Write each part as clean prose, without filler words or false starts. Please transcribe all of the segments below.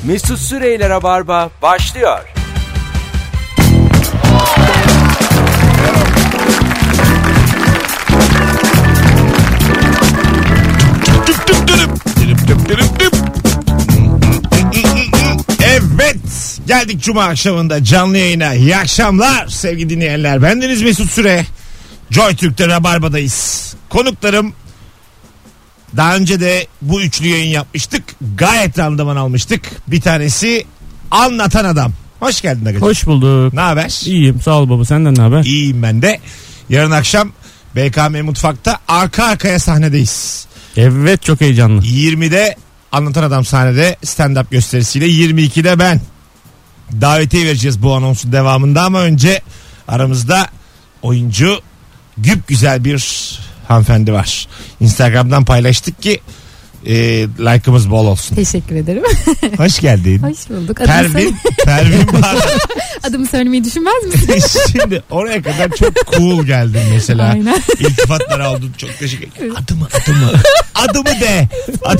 Mesut Süreyler'e barba başlıyor. Evet, geldik Cuma akşamında canlı yayına. İyi akşamlar sevgili dinleyenler. Bendeniz Mesut Süre. Joy Türk'te Rabarba'dayız. Konuklarım, daha önce de bu üçlü yayın yapmıştık. Gayet randıman almıştık. Bir tanesi Anlatan Adam. Hoş geldin Agacığım. Hoş bulduk. Ne haber? İyiyim, sağ ol baba, senden ne haber? İyiyim ben de. Yarın akşam BKM Mutfak'ta arka arkaya sahnedeyiz. Evet, çok heyecanlı. 20'de Anlatan Adam sahnede stand-up gösterisiyle, 22'de ben. Davetiye vereceğiz bu anonsun devamında ama önce aramızda oyuncu güzel bir hanımefendi var. Instagram'dan paylaştık ki like'ımız bol olsun. Teşekkür ederim. Hoş geldin. Hoş bulduk. Pervin Bağdat. Adımı söylemeyi düşünmez misin? Şimdi oraya kadar çok cool geldin mesela. Aynen. İltifatlar aldın, çok teşekkür ederim. Adımı de.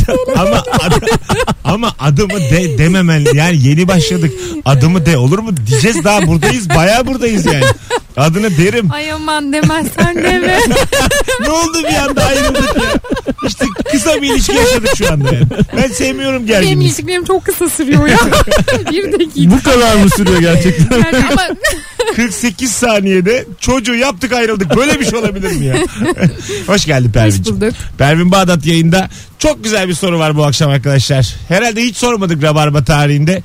Ama adımı de dememen, yani yeni başladık. Adımı de olur mu diyeceğiz, daha buradayız, bayağı buradayız yani. Adını derim. Ay aman demezsen deme. Ne oldu bir anda ayrıldık ya. İşte kısa bir ilişki yaşadık şu anda yani. Ben sevmiyorum gerginliği. Benim ilişkilerim çok kısa sürüyor ya. Bir dakika. Bu kadar mı sürüyor gerçekten? Yani ama 48 saniyede çocuğu yaptık, ayrıldık. Böyle bir şey olabilir mi ya? Hoş geldin Pervin'ciğim. hoş bulduk. Pervin Bağdat yayında. Çok güzel bir soru var bu akşam arkadaşlar. Herhalde hiç sormadık Rabarba tarihinde.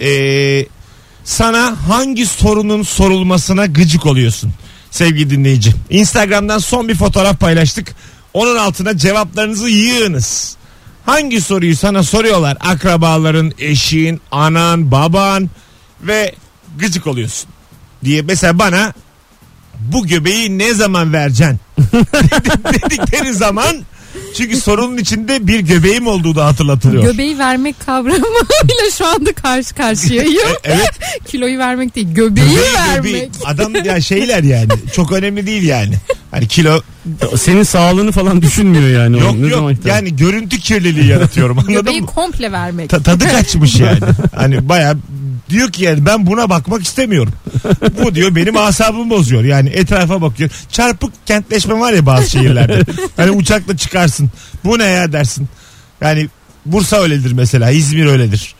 Sana hangi sorunun sorulmasına gıcık oluyorsun sevgili dinleyici? Instagram'dan son bir fotoğraf paylaştık. Onun altına cevaplarınızı yığınız. Hangi soruyu sana soruyorlar? Akrabaların, eşin, anan, baban ve gıcık oluyorsun diye. Mesela bana bu göbeği ne zaman vereceksin dedikleri zaman, çünkü sorunun içinde bir göbeğim olduğu da hatırlatılıyor. göbeği vermek kavramıyla şu anda karşı karşıyayım. Evet. Kiloyu vermek değil, göbeği vermek. Göbeği. Adam ya şeyler yani çok önemli değil yani. Hani kilo. Senin sağlığını falan düşünmüyor yani. Yok yani görüntü kirliliği yaratıyorum, anladın Göbeği mı? komple vermek. Tadı kaçmış yani. Hani bayağı diyor ki yani ben buna bakmak istemiyorum. Bu diyor benim asabımı bozuyor. Yani etrafa bakıyor. Çarpık kentleşme var ya bazı şehirlerde. Hani uçakla çıkarsın. Bu ne ya dersin. Yani Bursa öyledir mesela. İzmir öyledir.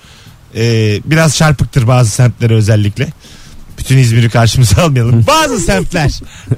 Biraz çarpıktır bazı semtleri özellikle. Bütün İzmir'i karşımıza almayalım. Bazı semtler.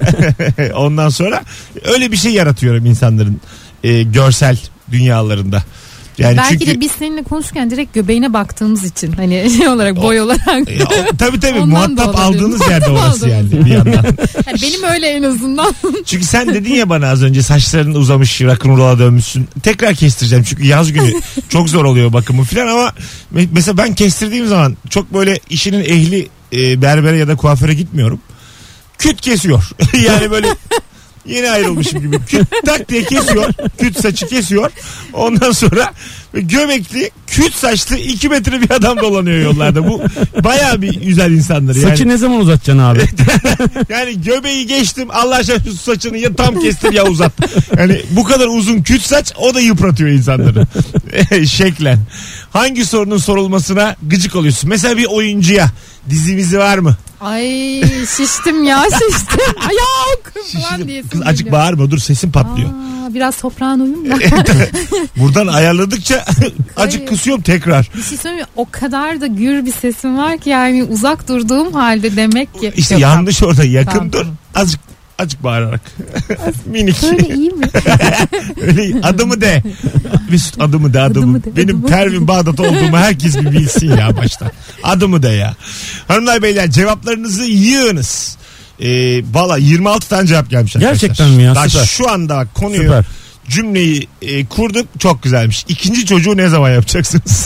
Ondan sonra öyle bir şey yaratıyorum insanların görsel dünyalarında. Yani belki çünkü, de biz seninle konuşurken direkt göbeğine baktığımız için, hani şey olarak, boy olarak. Tabii Ondan muhatap da aldığınız yerde orası yani bir yandan. Yani benim öyle en azından. Çünkü sen dedin ya bana az önce, saçların uzamış, rock'n'roll'a dönmüşsün. Tekrar kestireceğim çünkü yaz günü çok zor oluyor bakımı falan, ama mesela ben kestirdiğim zaman çok böyle işinin ehli berbere ya da kuaföre gitmiyorum. Küt kesiyor. Yani böyle yeni ayrılmışım gibi. Küt tak diye kesiyor. Küt saçı kesiyor. Ondan sonra göbekli, küt saçlı 2 metre bir adam dolanıyor yollarda. Bu bayağı bir güzel insanlar yani. Saçı ne zaman uzatacaksın abi? Yani göbeği geçtim. Allah aşkına şu saçını ya tam kestir ya uzat. Yani bu kadar uzun küt saç, o da yıpratıyor insanları. Şeklen. Hangi sorunun sorulmasına gıcık oluyorsun? Mesela bir oyuncuya dizimizi var mı? Ay şiştim ya, şiştim. Ay yok falan diye. Kız acık bağırma, dur sesin patlıyor. Biraz sopranoyum da. Buradan ayarladıkça acık kısıyorum tekrar. Bir şey söyleyeyim mi? O kadar da gür bir sesim var ki yani uzak durduğum halde demek ki. İşte yok, yanlış orada, yakın tamam, dur. tamam. Azıcık bağırarak. Minik. Böyle iyi mi? Öyle iyi. Adımı de. Mesut adımı de. Adımı de, Benim adımı. Pervin Bağdat olduğumu herkes bir bilsin ya başta. Adımı de ya. Hanımlar beyler, cevaplarınızı yığınız. Valla 26 tane cevap gelmiş arkadaşlar. Gerçekten mi ya? Daha Süper. şu anda bak konuyu, Süper. cümleyi kurduk, çok güzelmiş. İkinci çocuğu ne zaman yapacaksınız?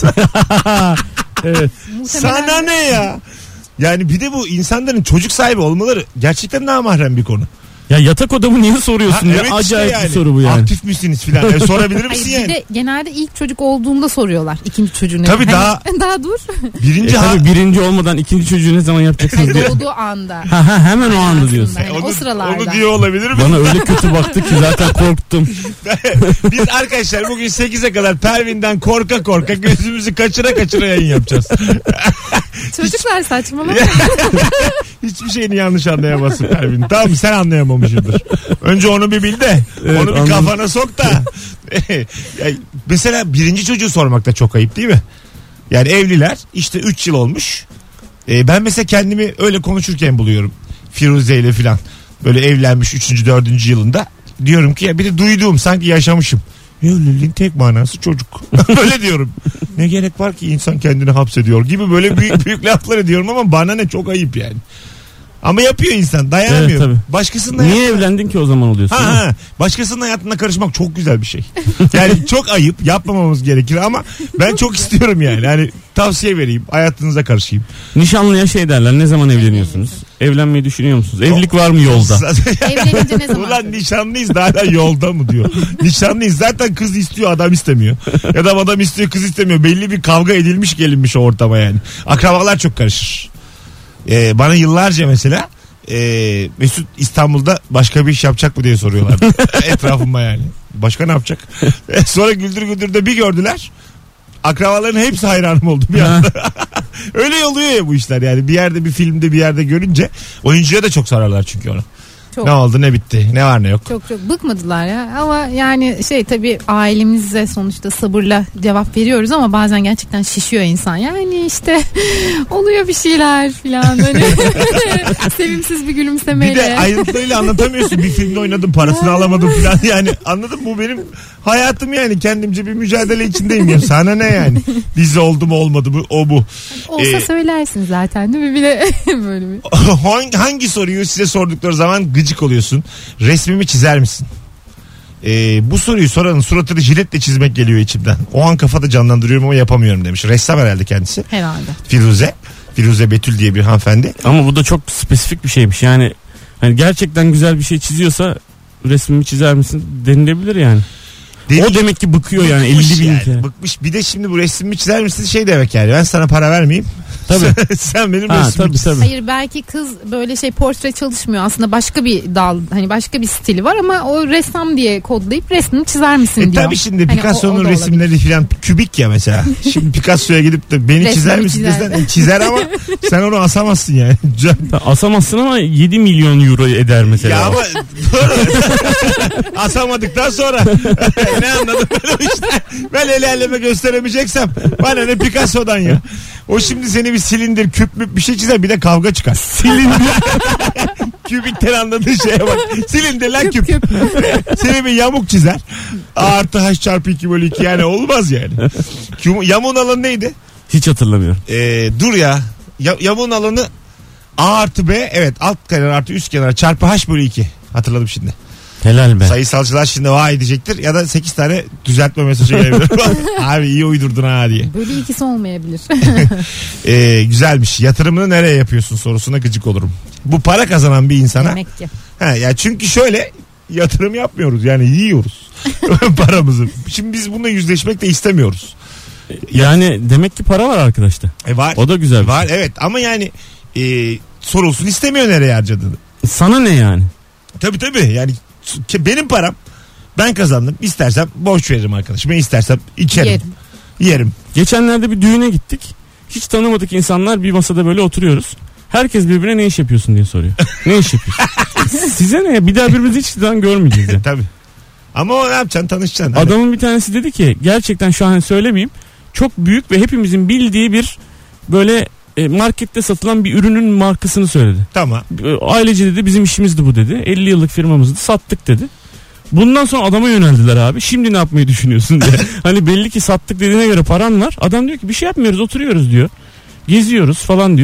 Evet. Sana ne ya? Yani bir de bu insanların çocuk sahibi olmaları gerçekten namahrem bir konu. Ya yatak odamı niye soruyorsun ya? Evet Acayip işte bir soru bu yani. Aktif misiniz filan. Sorabilir misin Hayır, yani? bir de genelde ilk çocuk olduğunda soruyorlar. İkinci çocuğunu. Tabii daha- daha dur. Birinci Tabii birinci olmadan ikinci çocuğu ne zaman yapacaksınız diye. Doğduğu anda. Hemen o anda diyorsun. Yani o sıralarda. Onu diyor olabilir mi? Bana öyle kötü baktı ki zaten korktum. Biz arkadaşlar bugün 8'e kadar Pervin'den korka korka gözümüzü kaçıra yayın yapacağız. Çocuklar saçmalama. Hiçbir şeyini yanlış anlayamazsın Pervin. Tamam mı? Sen anlayamamışsındır. Önce onu bir bil de Evet, onu bir anladım. kafana sok da. Ya, mesela birinci çocuğu sormak da çok ayıp değil mi? Yani evliler işte 3 yıl olmuş. Ben mesela kendimi öyle konuşurken buluyorum. Firuze ile filan. Böyle evlenmiş 3. 4. yılında. Diyorum ki ya bir de duyduğum sanki yaşamışım. Evliliğin tek manası çocuk. Böyle diyorum. Ne gerek var ki insan kendini hapsediyor gibi böyle büyük büyük laflar ediyorum ama bana ne çok ayıp yani. Ama yapıyor insan, dayanamıyor. Evet, tabii. Başkasının Niye hayatına... evlendin ki o zaman oluyorsun? değil mi? Ha, başkasının hayatına karışmak çok güzel bir şey. Yani çok ayıp, yapmamamız gerekir ama ben çok istiyorum yani. Hani tavsiye vereyim, hayatınıza karışayım. Nişanlıya şey derler, ne zaman evleniyorsunuz? Evlenmeyi düşünüyor musunuz? Evlilik var mı yolda? Evlenince ne zaman? Ulan nişanlıyız da hala yolda mı diyor. Nişanlıyız zaten kız istiyor adam istemiyor. Ya da adam istiyor kız istemiyor. Belli bir kavga edilmiş gelinmiş o ortama yani. Akrabalar çok karışır. Bana yıllarca mesela Mesut İstanbul'da başka bir iş yapacak mı diye soruyorlar. Etrafıma yani. Başka ne yapacak? Sonra güldür güldür de bir gördüler. Akrabaların hepsi hayranım oldu bir anda. Öyle oluyor ya bu işler yani. Bir yerde bir filmde bir yerde görünce oyuncuya da çok sorarlar çünkü onu. Çok. Ne oldu ne bitti ne var ne yok. Çok bıkmadılar ya ama yani tabii ailemize sonuçta sabırla cevap veriyoruz ama bazen gerçekten şişiyor insan yani işte oluyor bir şeyler filan böyle sevimsiz bir gülümsemeyle. Bir de ayrıntılarıyla anlatamıyorsun. Bir filmde oynadım parasını alamadım filan yani anladın mı? Bu benim hayatım yani kendimce bir mücadele içindeyim ya. Sana ne yani? Dizi oldu mu olmadı mı o bu. Olsa söylersin zaten değil mi? Bir de böyle bir. Hangi soruyu size sordukları zaman gıcık oluyorsun? Resmimi çizer misin? Bu soruyu soranın suratını jiletle çizmek geliyor içimden. O an kafada canlandırıyorum ama yapamıyorum demiş. Ressam herhalde kendisi. Herhalde. Firuze Betül diye bir hanımefendi. Ama bu da çok spesifik bir şeymiş. Yani hani gerçekten güzel bir şey çiziyorsa resmimi çizer misin denilebilir yani. O demek ki bıkıyor yani 50 bin yani, kere. bıkmış. Bir de şimdi bu resmimi çizer misin şey demek yani. Ben sana para vermeyeyim. Tabii. Sen benim Ha, resmimi çiz. tabii. Hayır belki kız böyle portre çalışmıyor aslında başka bir dal hani başka bir stili var ama o ressam diye kodlayıp resmini çizer misin diyor. Tabii şimdi Hani Picasso'nun o da resimleri filan kübik ya mesela. Şimdi Picasso'ya gidip de beni Resmini çizer misin çizer. desen çizer ama sen onu asamazsın yani. Asamazsın ama 7 milyon euro eder mesela. Ya ama doğru. Asamadıktan sonra ne anladım ben işte. Ben el eleme gösteremeyeceksem bana ne Picasso'dan ya. O şimdi seni bir silindir küp müp bir şey çizer bir de kavga çıkar. Silindir. Kübikten anladığın şeye bak. Silindir lan küp. Seni bir yamuk çizer. A artı H çarpı 2 bölü 2 yani olmaz yani. Yamuğun alanı neydi? Hiç hatırlamıyorum. Dur ya. Yamuğun alanı A artı B evet alt kenar artı üst kenar çarpı H bölü 2. Hatırladım şimdi. Helal be. Sayısalcılar şimdi vay diyecektir ya da 8 tane düzeltme mesajı gelebilir. Abi iyi uydurdun ha diye. Böyle ikisi olmayabilir. Güzelmiş. Yatırımını nereye yapıyorsun sorusuna gıcık olurum. Bu para kazanan bir insana. Demek ki. Ya çünkü şöyle yatırım yapmıyoruz yani yiyoruz paramızı. Şimdi biz bununla yüzleşmek de istemiyoruz. Yani demek ki para var arkadaşta. Var. O da güzel bir Var evet ama yani sorulsun istemiyor nereye harcadığını. Sana ne yani? Tabii yani benim param ben kazandım. İstersem borç veririm arkadaşıma. İstersem içerim. Yerim. Geçenlerde bir düğüne gittik. Hiç tanımadık insanlar bir masada böyle oturuyoruz. Herkes birbirine ne iş yapıyorsun diye soruyor. Ne iş yapıyorsun? Size ne ya? Bir daha birbirimizi hiç daha görmeyeceğiz ya. Tabii. Ama o ne yapacaksın? Tanışacaksın. Adamın bir tanesi dedi ki gerçekten şu an söylemeyeyim. Çok büyük ve hepimizin bildiği bir böyle markette satılan bir ürünün markasını söyledi. Tamam. Ailece dedi bizim işimizdi bu dedi. 50 yıllık firmamızdı sattık dedi. Bundan sonra adama yöneldiler abi. Şimdi ne yapmayı düşünüyorsun diye. Hani belli ki sattık dediğine göre paran var. Adam diyor ki bir şey yapmıyoruz oturuyoruz diyor. Geziyoruz falan diyor.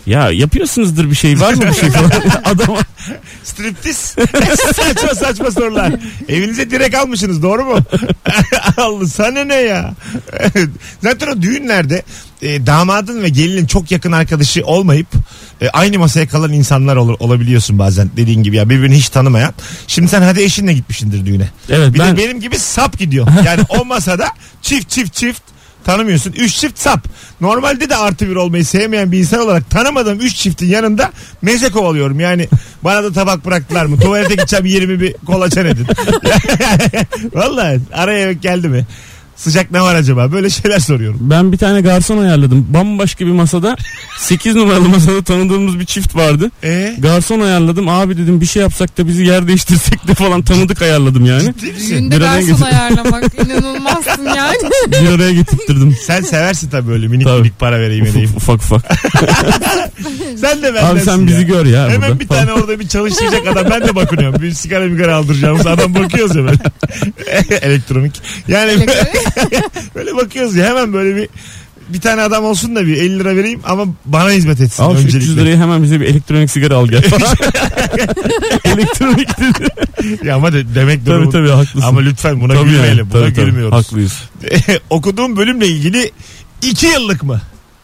Ya yapıyorsunuzdur bir şey, var mı bir şey falan. Adama Striptiz. Saçma sorular. Evinize direkt almışsınız, doğru mu? Allah, sana ne ya? Zaten o düğünlerde damadın ve gelinin çok yakın arkadaşı olmayıp aynı masaya kalan insanlar olabiliyorsun bazen, dediğin gibi ya, birbirini hiç tanımayan. Şimdi sen hadi eşinle gitmişsindir düğüne. Evet, bir de benim gibi sap gidiyor. Yani o masada çift tanımıyorsun. 3 çift sap. Normalde de artı bir olmayı sevmeyen bir insan olarak tanımadığım 3 çiftin yanında meze kovalıyorum. Yani bana da tabak bıraktılar mı? Tuvalete gideceğim, yerimi bir kolaçan edin. Vallahi araya yemek geldi mi? Sıcak ne var acaba? Böyle şeyler soruyorum. Ben bir tane garson ayarladım. Bambaşka bir masada 8 numaralı masada tanıdığımız bir çift vardı. Garson ayarladım. Abi dedim bir şey yapsak da bizi yer değiştirsek de falan, tanıdık ayarladım yani. Düğünde garson ayarlamak inanılmazsın yani. Bir araya getirttirdim. Sen seversin tabii böyle minik para vereyim edeyim. Ufak. Sen de bendensin. Abi sen bizi gör ya. Hemen burada bir tane orada bir çalıştıracak adam, ben de bakınıyorum. Bir sigara aldıracağımız adam bakıyoruz ya böyle. Elektronik. Yani böyle bakıyoruz ya, hemen böyle bir tane adam olsun da bir 50 lira vereyim ama bana hizmet etsin. Al şu 300 lirayı hemen bize bir elektronik sigara al gel. Elektronik dedi. Ya ama demek durumu. Tabii haklısın. Ama lütfen buna gülmeyelim. Buna gülmüyoruz. Haklıyız. Okuduğum bölümle ilgili 2 yıllık mı?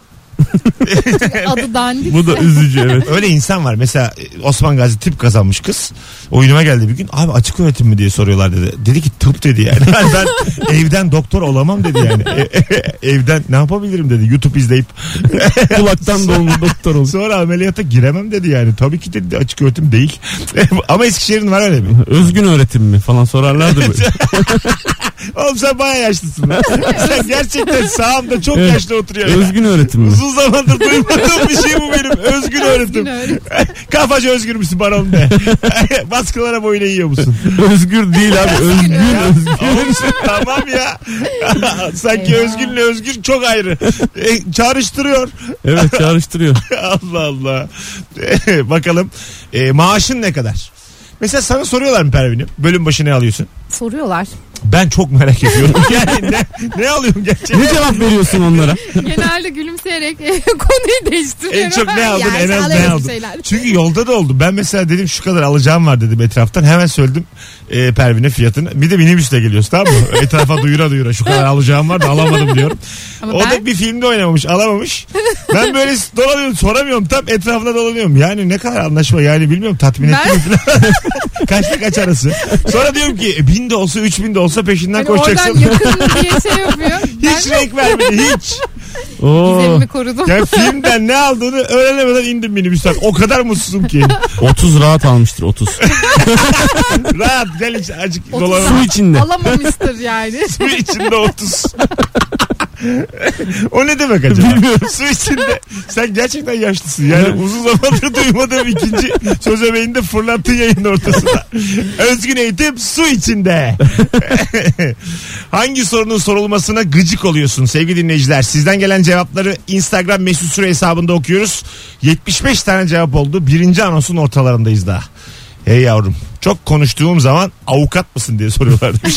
Adı dandik. Bu da üzücü, evet. Öyle insan var. Mesela Osman Gazi tıp kazanmış kız. Oyunuma geldi bir gün. Abi açık öğretim mi diye soruyorlar dedi. Dedi ki tıp dedi yani. Ben evden doktor olamam dedi yani. Evden ne yapabilirim dedi. YouTube izleyip. Kulaktan dolma doktor olur. Sonra ameliyata giremem dedi yani. Tabii ki dedi, açık öğretim değil. Ama Eskişehir'in var öyle bir. Özgün öğretim mi falan sorarlardı böyle. Oğlum sen bayağı yaşlısın. Sen gerçekten sağımda çok yaşlı oturuyorsun. Özgün öğretim mi? Uzun zamandır duymadığım bir şey bu benim. Özgün öğretim. Kafacı özgür müsün bana onu de. Baskılara boyuna yiyor musun? Özgür değil abi. Özgün. Tamam ya. Sanki özgünle özgür çok ayrı. Çağrıştırıyor. Evet, çağrıştırıyor. Allah Allah. Bakalım maaşın ne kadar? Mesela sana soruyorlar mı Pervin'im? Bölüm başı ne alıyorsun? Soruyorlar. Ben çok merak ediyorum. Yani ne alıyorsun gerçekten? Ne cevap veriyorsun onlara? Genelde gülümseyerek konuyu değiştiriyorum. En çok ne aldın, yani en az ne aldın? Çünkü yolda da oldu. Ben mesela dedim şu kadar alacağım var dedim etraftan. Hemen söyledim Pervin'e fiyatını. Bir de minibüsle geliyoruz, tamam mı? Etrafa duyura şu kadar alacağım var da alamadım diyorum. Ama o da bir filmde oynamamış, alamamış. Ben böyle dolanıyorum, soramıyorum, tam etrafına dolanıyorum. Yani ne kadar anlaşma yani, bilmiyorum, tatmin etti mi falan. Kaçta kaç arası. Sonra diyorum ki 1000 de olsa 3000 de olsa peşinden yani koşacaksın. Oradan yakın diye şey yapıyor. Hiç renk vermedi hiç. Gizemimi korudum. Yani filmden ne aldığını öğrenemeden indim minibüsten. O kadar mutsuzum ki. 30 rahat almıştır, 30. Rahat gel hiç azıcık dolanalım. Su içinde. Alamamıştır yani. Su içinde 30. O ne demek acaba? Bilmiyorum. Su içinde. Sen gerçekten yaşlısın. Yani uzun zamandır duymadığım ikinci söz öbeğinde fırlattın yayın ortasında. Özgün eğitim su içinde. Hangi sorunun sorulmasına gıcık oluyorsun sevgili dinleyiciler? Sizden gelen cevapları Instagram Mesut Süre hesabında okuyoruz. 75 tane cevap oldu. Birinci anonsun ortalarındayız daha. Hey yavrum, çok konuştuğum zaman avukat mısın diye soruyorlar demiş.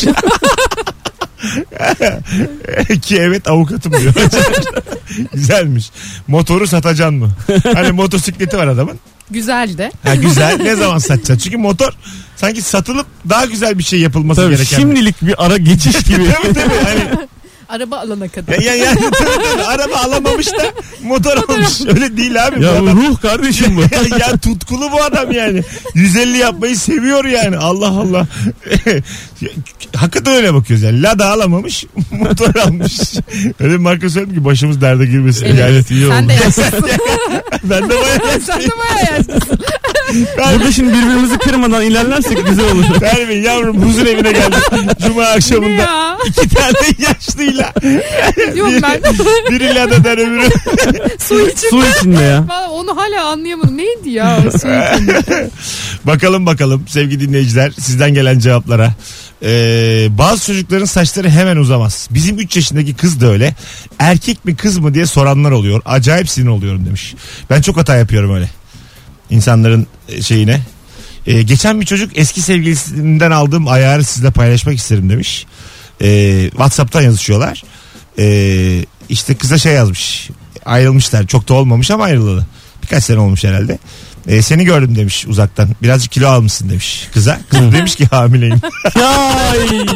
Ki evet avukatım diyor. Güzelmiş. Motoru satacaksın mı? Hani motosikleti var adamın. Güzel de. Ha, güzel. Ne zaman satacaksın? Çünkü motor sanki satılıp daha güzel bir şey yapılması tabii, gereken. Şimdilik bir ara geçiş gibi. tabii. Hani araba alana kadar. Yani tabii. Araba alamamış da motor almış. Öyle değil abi. Ya bu adam, ruh kardeşim bu. ya tutkulu bu adam yani. 150 yapmayı seviyor yani. Allah Allah. Hakikaten öyle bakıyoruz yani. Lada alamamış, motor almış. Öyle bir marka söyleyeyim ki başımız derde girmesin. Evet. Yani iyi Sen oldu. de yaşlısın. Ben de bayağı Sen de bayağı yaşlısın. Burada şimdi birbirimizi kırmadan ilerlersek güzel olur. Pervin yavrum huzur evine geldik. Cuma akşamında. Ya? 2 tane yaşlıyla. Yok ben. Biri Lada'dan öbürü. Su içinde. Su içinde ya. Ben onu hala anlayamadım. Neydi ya su içinde? Bakalım sevgili dinleyiciler sizden gelen cevaplara. Bazı çocukların saçları hemen uzamaz. Bizim 3 yaşındaki kız da öyle. Erkek mi kız mı diye soranlar oluyor. Acayip sinir oluyorum demiş. Ben çok hata yapıyorum öyle. İnsanların şeyine. Geçen bir çocuk eski sevgilisinden aldığım ayarı sizle paylaşmak isterim demiş. WhatsApp'tan yazışıyorlar. İşte kıza şey yazmış. Ayrılmışlar. Çok da olmamış ama ayrıldı. Birkaç sene olmuş herhalde. Seni gördüm demiş uzaktan. Birazcık kilo almışsın demiş kıza. Kız demiş ki hamileyim. Ay.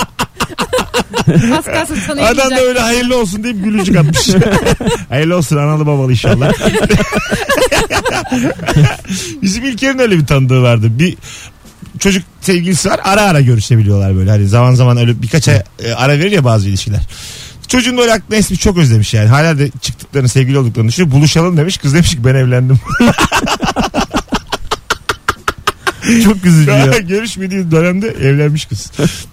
Az kalsın sana Adam da yiyecek. öyle hayırlı olsun deyip gülücük atmış. Hayırlı olsun analı babalı inşallah. Bizim İlker'in öyle bir tanıdığı vardı. Bir çocuk sevgilisi var, ara ara görüşebiliyorlar böyle. Hani zaman zaman öyle birkaç ay ara verir ya bazı ilişkiler. Çocuğun böyle aklına esmiş, çok özlemiş yani. Hala da çıktıklarını, sevgili olduklarını düşünüyor. Buluşalım demiş. Kız demiş ki ben evlendim. Çok üzücü ya. Görüşmediği dönemde evlenmiş kız.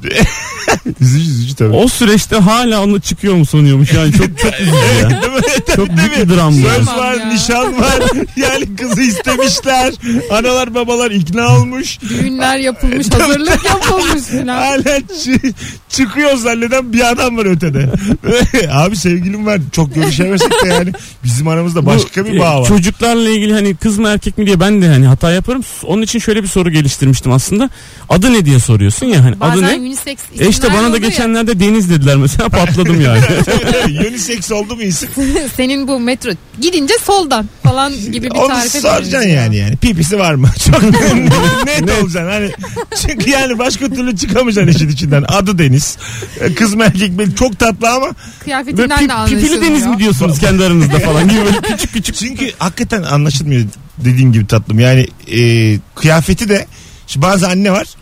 üzücü tabii. O süreçte hala onunla çıkıyor mu sanıyormuş yani çok üzücü ya. Değil mi? Çok Değil büyük mi? bir dram bu. Söz Tamam var, ya. nişan var. Yani kızı istemişler. Analar babalar ikna olmuş. Düğünler yapılmış, hazırlık yapılmış falan. Hala çıkıyor zanneden bir adam var ötede. Abi sevgilim var. Çok görüşemezsek de yani bizim aramızda başka bir bağ var. Çocuklarla ilgili hani kız mı erkek mi diye ben de hani hata yaparım. Onun için şöyle bir soru geliştirmiştim aslında. Adı ne diye soruyorsun ya hani Bazen adı ne? unisex İşte bana da oluyor ya. geçenlerde Deniz dediler mesela, patladım yani. Unisex oldu mu isim? Senin bu metro gidince soldan falan gibi bir Onu tarife soracaksın benziyor. yani. Pipisi var mı? Çok net olacaksın. Hani çünkü yani başka türlü çıkamayacaksın işin içinden. Adı Deniz. Kız mı erkek mi? Çok tatlı ama Kıyafetinden de anlaşılıyor. Pipili Deniz mi diyorsunuz kendi aranızda falan gibi böyle küçük küçük. çünkü hakikaten anlaşılmıyor dediğin gibi tatlım. Yani kıyafeti de şimdi bazı anne var.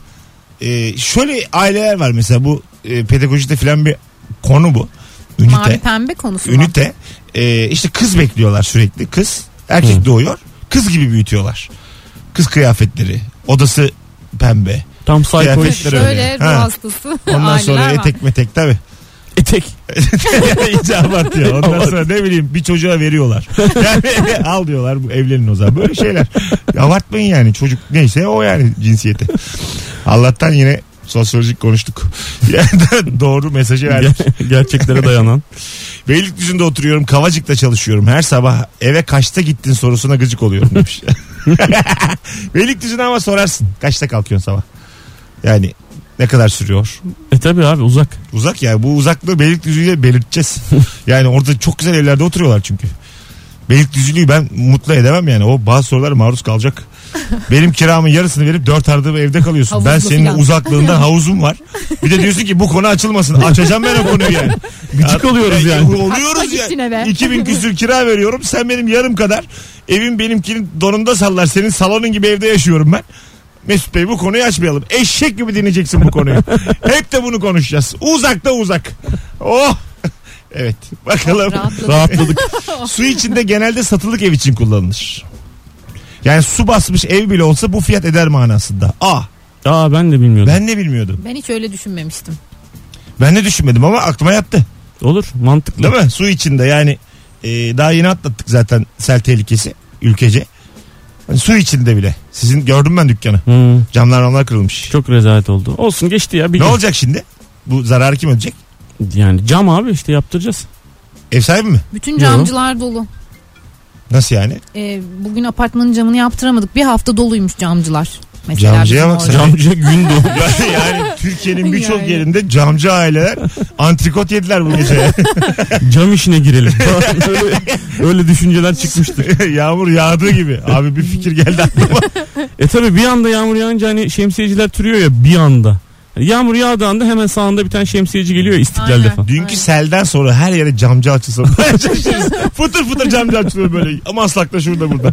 Şöyle aileler var mesela, bu pedagojide falan bir konu bu. Ünite. Mavi pembe konusu mu? Ünite. İşte kız bekliyorlar sürekli. Kız. Erkek doğuyor. Kız gibi büyütüyorlar. Kız kıyafetleri. Odası pembe. Tam psycho Kıyafetler işler öyle. Şöyle ruh Ha. hastası Ondan sonra aileler var. etek metek tabii. etek. İyice abartıyor. Ondan sonra ne bileyim bir çocuğa veriyorlar. Yani al diyorlar, bu evlenin o zaman. Böyle şeyler. Abartmayın yani, çocuk neyse o yani cinsiyeti. Allah'tan yine sosyolojik konuştuk. Yani doğru mesajı verdik. Gerçeklere dayanan. Beylikdüzü'nde oturuyorum, Kavacık'ta çalışıyorum. Her sabah eve kaçta gittin sorusuna gıcık oluyorum demiş. Beylikdüzü'ne ama sorarsın. Kaçta kalkıyorsun sabah? Yani ne kadar sürüyor? Tabi abi uzak. Uzak ya, bu uzaklığı Beylikdüzü'yle belirteceğiz. Yani orada çok güzel evlerde oturuyorlar çünkü. Beylikdüzü'lüyü ben mutlu edemem yani. O bazı sorulara maruz kalacak. Benim kiramın yarısını verip 4 artı bir evde kalıyorsun. Havuzlu Ben senin filan. uzaklığından havuzum var. Bir de diyorsun ki bu konu açılmasın. Açacağım ben o konuyu yani. Gıcık oluyoruz yani. Oluyoruz Atma gitsin eve. ya. 2000 küsür kira veriyorum. Sen benim yarım kadar. Evim benimkinin donunda sallar. Senin salonun gibi evde yaşıyorum ben. Mesut Bey bu konuyu açmayalım. Eşek gibi dinleyeceksin bu konuyu. Hep de bunu konuşacağız. Uzakta uzak. Oh. Evet. Bakalım. Rahatladık. Su içinde genelde satılık ev için kullanılır. Yani su basmış ev bile olsa bu fiyat eder manasında. Aa ben de bilmiyordum. Ben de bilmiyordum. Ben hiç öyle düşünmemiştim. Ben de düşünmedim ama aklıma yattı. Olur, mantıklı. Değil mi? Su içinde yani daha yeni atlattık zaten sel tehlikesi ülkece. Hani su içinde bile. Sizin gördüm ben dükkanı. Camlar kırılmış. Çok rezalet oldu. Olsun, geçti ya. Ne olacak şimdi? Bu zararı kim ödeyecek? Yani cam abi işte yaptıracağız. Ev sahibi mi? Bütün camcılar dolu. Nasıl yani? Bugün apartmanın camını yaptıramadık. Bir hafta doluymuş camcılar. Mesela Camcıya bizim bak orada. sen. Camcı gün doğdu. Yani Türkiye'nin birçok Yani. yerinde camcı aileler antrikot yediler bu gece. Cam işine girelim. öyle düşünceler çıkmıştır. Yağmur yağdığı gibi. Abi bir fikir geldi aklıma. Tabi bir anda yağmur yağınca hani şemsiyeciler türüyor ya bir anda. Yağmur yağdığı anda hemen sağında bir tane şemsiyeci geliyor ya İstiklal'de Aynen. falan. Dünkü selden sonra her yere camcı açılsın. Fıtır fıtır camcı açılıyor böyle. Maslak'ta şurada burada.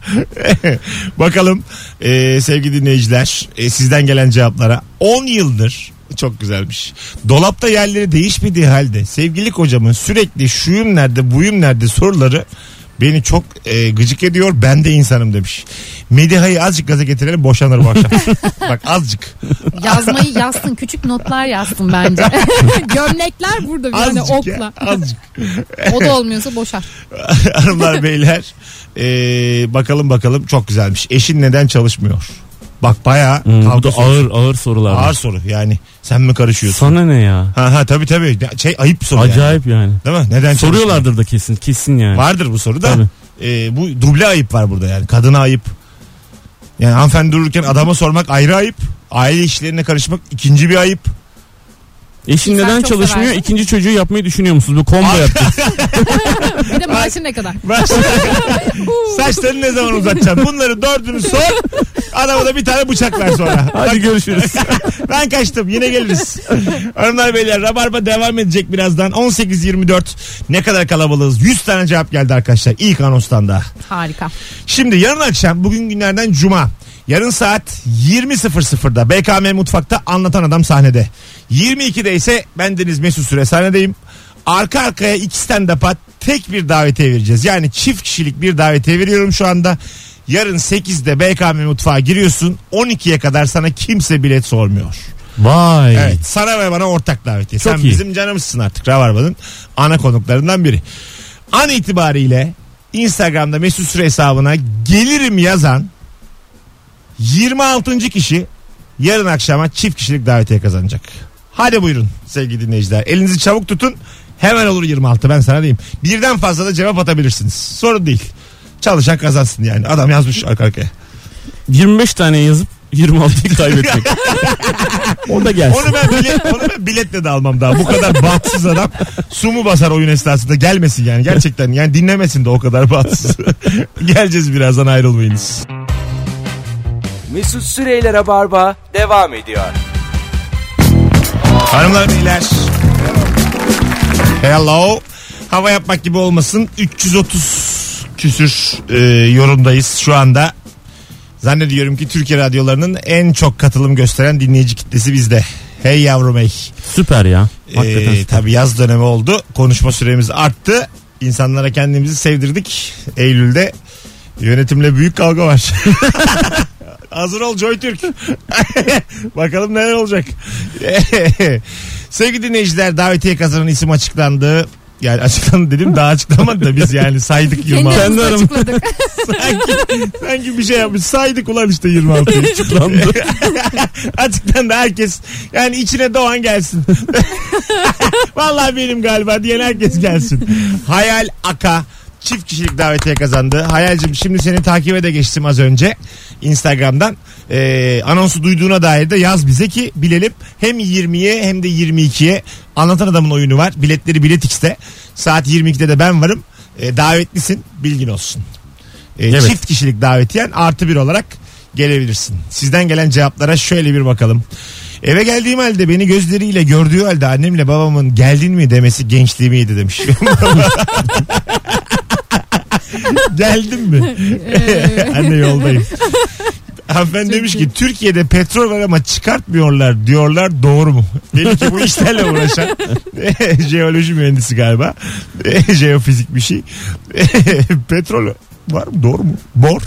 Bakalım sevgili dinleyiciler sizden gelen cevaplara. 10 yıldır çok güzelmiş. Dolapta yerleri değişmediği halde sevgili kocamın sürekli şuyum nerede buyum nerede soruları beni çok gıcık ediyor. Ben de insanım demiş. Mediha'yı azıcık gaza getirelim, boşanır bu akşam. Bak azıcık. Yazmayı yazsın. Küçük notlar yazsın bence. Gömlekler burada bir tane Azıcık ya, okla. azıcık. O da olmuyorsa boşar. Hanımlar beyler bakalım çok güzelmiş. Eşin neden çalışmıyor? Bak bayağı Bu kavga da sorusu. ağır sorular. Ağır soru yani. Sen mi karışıyorsun? Sana ne ya? Ha tabii. Ayıp soru Acayip yani. yani. Değil mi? Neden Soruyorlardır da kesin yani. Vardır bu soru da. Tabii. Bu duble ayıp var burada yani. Kadına ayıp. Yani hanımefendi dururken adama sormak ayrı ayıp. Aile işlerine karışmak ikinci bir ayıp. Eşin İnsan neden çok çalışmıyor? seversin. İkinci çocuğu yapmayı düşünüyor musunuz? Bu combo yapacağız. Bir de maaşın ne kadar? Saçlarını ne zaman uzatacaksın? Bunları dördünü sor. Adama da bir tane bıçak ver sonra. Hadi görüşürüz. Ben kaçtım, yine geliriz. Hanımlar beyler, Rabarba devam edecek birazdan. 18.24 ne kadar kalabalığız? 100 tane cevap geldi arkadaşlar ilk anonstan da. Harika. Şimdi yarın akşam, bugün günlerden cuma, yarın saat 20.00'da BKM Mutfak'ta Anlatan Adam sahnede. 22'de ise bendeniz Mesut Süre sahnedeyim. Arka arkaya 2 stand-up'a tek bir davetiye vereceğiz. Yani çift kişilik bir davetiye veriyorum şu anda. Yarın 8'de BKM Mutfağa giriyorsun. 12'ye kadar sana kimse bilet sormuyor. Vay. Evet, sana ve bana ortak davetiye. Çok Sen iyi. bizim canımızsın artık, Rabarba'nın ana konuklarından biri. An itibariyle Instagram'da Mesut Süre hesabına gelirim yazan 26. kişi yarın akşama çift kişilik davetiye kazanacak. Hadi buyurun sevgili dinleyiciler. Elinizi çabuk tutun. Hemen olur 26, ben sana diyeyim. Birden fazla da cevap atabilirsiniz. Sorun değil. Çalışan kazansın yani. Adam yazmış arka arkaya. 25 tane yazıp 26'yı kaybetmek. O da gelsin. Onu ben biletle de almam daha. Bu kadar bahtsız adam su mu basar oyun esnasında, gelmesin yani. Gerçekten yani dinlemesin de o kadar bahtsız. Geleceğiz birazdan, ayrılmayınız. Mesut Süreyler'e barba devam ediyor. Hanımlar beyler. Hello. Hava yapmak gibi olmasın. 330 küsür yorumdayız şu anda. Zannediyorum ki Türkiye radyolarının en çok katılım gösteren dinleyici kitlesi bizde. Hey yavrum hey. Süper ya. Hakikaten süper. Tabii yaz dönemi oldu. Konuşma süremiz arttı. İnsanlara kendimizi sevdirdik. Eylül'de yönetimle büyük kavga var. Hazır ol JoyTürk. Bakalım neler olacak. Sevgili dinleyiciler, davetiye kazanan isim açıklandı. Yani açıklandı dedim, daha açıklamadı da biz yani saydık 26. Kendimizi açıkladık. sanki bir şey yapmış, saydık ulan işte 26'yı. Açıklandı. Açıklandı, herkes yani içine doğan gelsin. Vallahi benim galiba diyen herkes gelsin. Hayal Aka çift kişilik davetiye kazandı. Hayal'cim, şimdi seni takibe de geçtim az önce Instagram'dan. Anonsu duyduğuna dair de yaz bize ki bilelim. Hem 20'ye hem de 22'ye Anlatan Adam'ın oyunu var. Biletleri Bilet X'te. Saat 22'de de ben varım. Davetlisin, bilgin olsun. Evet. Çift kişilik davetiyen +1 olarak gelebilirsin. Sizden gelen cevaplara şöyle bir bakalım. Eve geldiğim halde beni gözleriyle gördüğü halde annemle babamın geldin mi demesi gençliğimi yedi demiş. Geldin mi? Anne yoldayım. Hanımefendi demiş ki Türkiye'de petrol var ama çıkartmıyorlar diyorlar, doğru mu? Belli ki bu işlerle uğraşan jeoloji mühendisi galiba. Jeofizik bir şey. Petrol var mı, doğru mu? Bor.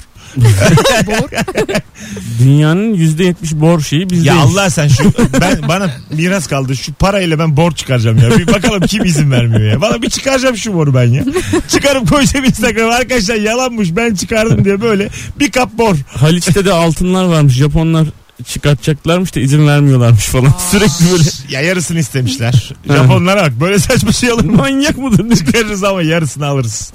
Dünyanın %70 bor şeyi bizde. Ya Allah, sen bana miras kaldı, şu parayla ben borç çıkaracağım ya. Bir bakalım kim izin vermiyor ya. Valla bir çıkaracağım şu boru ben ya. Çıkarıp koyacağım Instagram'a, arkadaşlar yalanmış ben çıkardım diye, böyle bir kap bor. Haliç'te de altınlar varmış. Japonlar çıkartacaklarmış da izin vermiyorlarmış falan. Sürekli böyle. Ya yarısını istemişler. Japonlara bak, böyle saçma şey olur mu? Manyak mıdır? Çıkarırız ama yarısını alırız.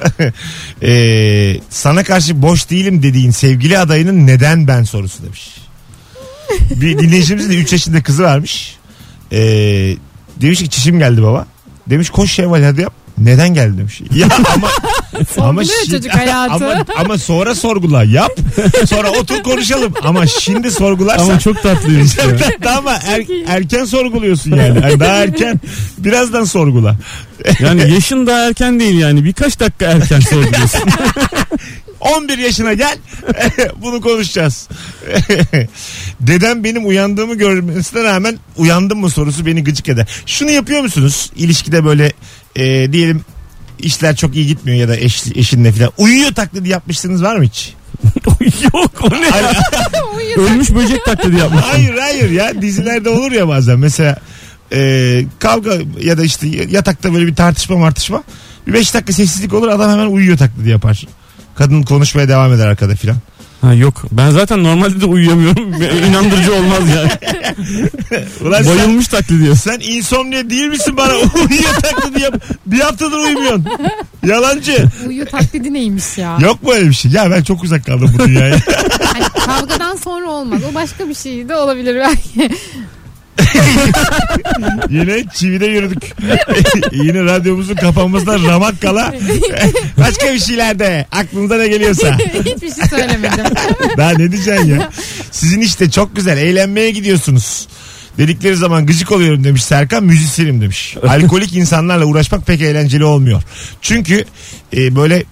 Sana karşı boş değilim dediğin sevgili adayının neden ben sorusu demiş. Bir dinleyicimizin de 3 yaşında kızı varmış. Demiş ki çişim geldi baba. Demiş koş Şevval hadi yap. Neden geldi demiş. Ya ama çocuk hayatı. ama sonra sorgula, yap. Sonra otur konuşalım. Ama şimdi sorgularsan. Ama çok tatlıymış ya. Ama erken sorguluyorsun yani. Yani daha erken, birazdan sorgula. Yani yaşın daha erken değil yani. Birkaç dakika erken sorguluyorsun. 11 yaşına gel. Bunu konuşacağız. Dedem benim uyandığımı görmesine rağmen uyandım mı sorusu beni gıcık eder. Şunu yapıyor musunuz? İlişkide böyle diyelim işler çok iyi gitmiyor ya da eşinle falan. Uyuyor taklidi yapmışsınız var mı hiç? Yok o ne? Ölmüş böcek taklidi yapmış. Hayır ya, dizilerde olur ya bazen. Mesela kavga ya da işte yatakta böyle bir tartışma. Bir 5 dakika sessizlik olur, adam hemen uyuyor taklidi yapar. Kadın konuşmaya devam eder arkada filan. Ha yok. Ben zaten normalde de uyuyamıyorum. İnandırıcı olmaz yani. Ulan bayılmış taklidi diyor. Sen insomnia değil misin bana? Uyuyor taklidi yap. Bir haftadır uyumuyorsun. Yalancı. Uyuyor taklidi neymiş ya? Yok mu öyle bir şey? Ya ben çok uzak kaldım bu dünyaya. Hani kavgadan sonra olmaz. O başka bir şey de olabilir belki. Yine çivide yürüdük. Yine radyomuzun kapanmasından ramak kala. Başka bir şeyler de aklınıza ne geliyorsa. Hiçbir şey söylemedim. Daha ne diyeceksin ya? Sizin işte çok güzel eğlenmeye gidiyorsunuz dedikleri zaman gıcık oluyorum demiş Serkan. Müzisyenim demiş. Alkolik insanlarla uğraşmak pek eğlenceli olmuyor. Çünkü böyle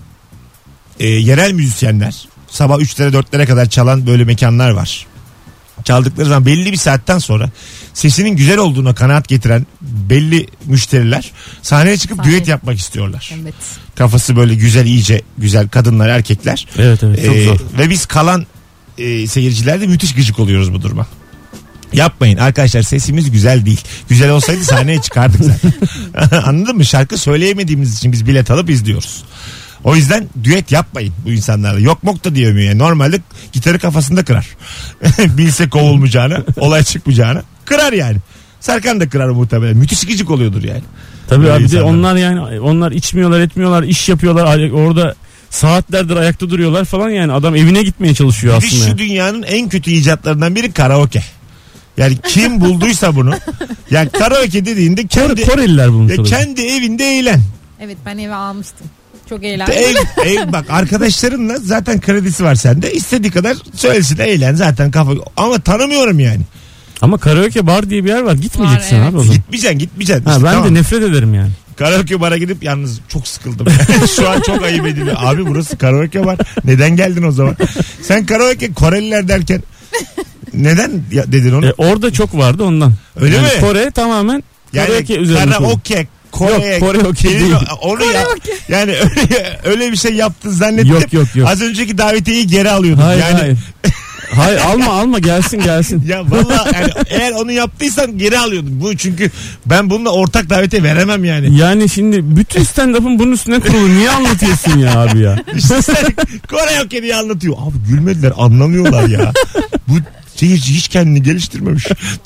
yerel müzisyenler sabah 3'lere 4'lere kadar çalan böyle mekanlar var. Çaldıkları zaman belli bir saatten sonra sesinin güzel olduğuna kanaat getiren belli müşteriler sahneye çıkıp düet yapmak istiyorlar. Evet. Kafası böyle güzel, iyice güzel kadınlar, erkekler. Evet çok zor. Ve biz kalan seyirciler de müthiş gıcık oluyoruz bu duruma. Yapmayın arkadaşlar, sesimiz güzel değil. Güzel olsaydı sahneye çıkardık zaten. Anladın mı? Şarkı söyleyemediğimiz için biz bilet alıp izliyoruz. O yüzden düet yapmayın bu insanlarla. Yok mok da diyemiyor yani. Normalde gitarı kafasında kırar. Bilse kovulmayacağını, olay çıkmayacağını kırar yani. Serkan da kırar muhtemelen. Müthiş gıcık oluyordur yani. Tabii böyle abi insanlar. de onlar yani onlar içmiyorlar etmiyorlar, iş yapıyorlar orada saatlerdir ayakta duruyorlar falan, yani adam evine gitmeye çalışıyor Bir de aslında. şu dünyanın en kötü icatlarından biri karaoke. Yani kim bulduysa bunu. Yani karaoke dediğinde Koreliler bunu tabii. kendi evinde eğlen. Evet, ben eve almıştım. Çok eğlendim. Ev bak, arkadaşlarınla zaten kredisi var sende. İstediği kadar söylesin, eğlen zaten kafa. Ama tanımıyorum yani. Ama karaoke bar diye bir yer var, gitmeyeceksin Var, abi o zaman. Gitmeyeceksin. Ha, İşte ben tamam. de nefret ederim yani. Karaoke bara gidip yalnız çok sıkıldım. Şu an çok ayıp ediliyor. Abi burası karaoke var. Neden geldin o zaman? Sen karaoke Koreliler derken neden dedin onu? Orada çok vardı ondan. Öyle yani mi? Kore tamamen karaoke Yani üzerine. karaoke. Yok, karaoke değil. Onu ya, yani öyle bir şey yaptın zannettim. Yok. Az önceki davetiyeyi geri alıyordun. Hayır yani hayır. Hayır alma gelsin. ya valla yani eğer onu yaptıysan geri alıyordun. Bu çünkü ben bununla ortak davetiye veremem yani. Yani şimdi bütün stand-up'ın bunun üstüne kurulu. Niye anlatıyorsun ya abi ya? İşte sen karaoke diye anlatıyor. Abi gülmediler, anlamıyorlar ya. Bu seyirci hiç kendini geliştirmemiş.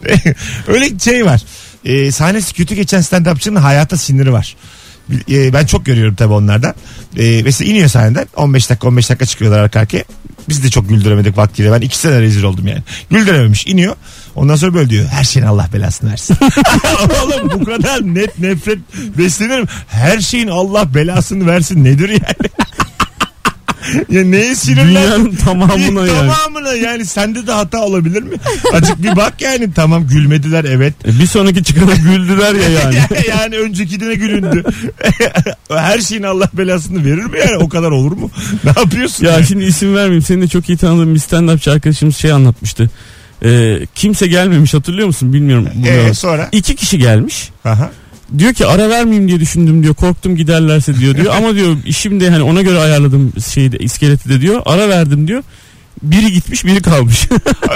Öyle şey var. Sahnesi kötü geçen stand-upçının hayata siniri var. Ben çok görüyorum tabii onlardan. Mesela iniyor sahneden 15 dakika çıkıyorlar arka arkaya. Biz de çok güldüremedik vaktiyle. Ben 2 sene rezil oldum yani. Güldürememiş, iniyor. Ondan sonra böyle diyor. Her şeyin Allah belasını versin. Oğlum bu kadar net nefret beslenirim. Her şeyin Allah belasını versin nedir yani? Ya neye sinirlen? Dünyanın tamamına yani. Tamamına yani, sende de hata olabilir mi? Azıcık bir bak yani, tamam gülmediler evet. Bir sonraki çıkana güldüler ya yani. Yani öncekine gülündü. Her şeyin Allah belasını verir mi yani, o kadar olur mu? Ne yapıyorsun? Ya yani? şimdi isim vermeyeyim. Seni de çok iyi tanıdığım bir stand-upçı arkadaşımız şey anlatmıştı. Kimse gelmemiş, hatırlıyor musun bilmiyorum. Sonra? 2 kişi gelmiş. Aha. Diyor ki ara vermeyeyim diye düşündüm diyor. Korktum giderlerse diyor. Ama diyor işim de hani ona göre ayarladım şeyde, iskeleti de diyor. Ara verdim diyor. Biri gitmiş, biri kalmış.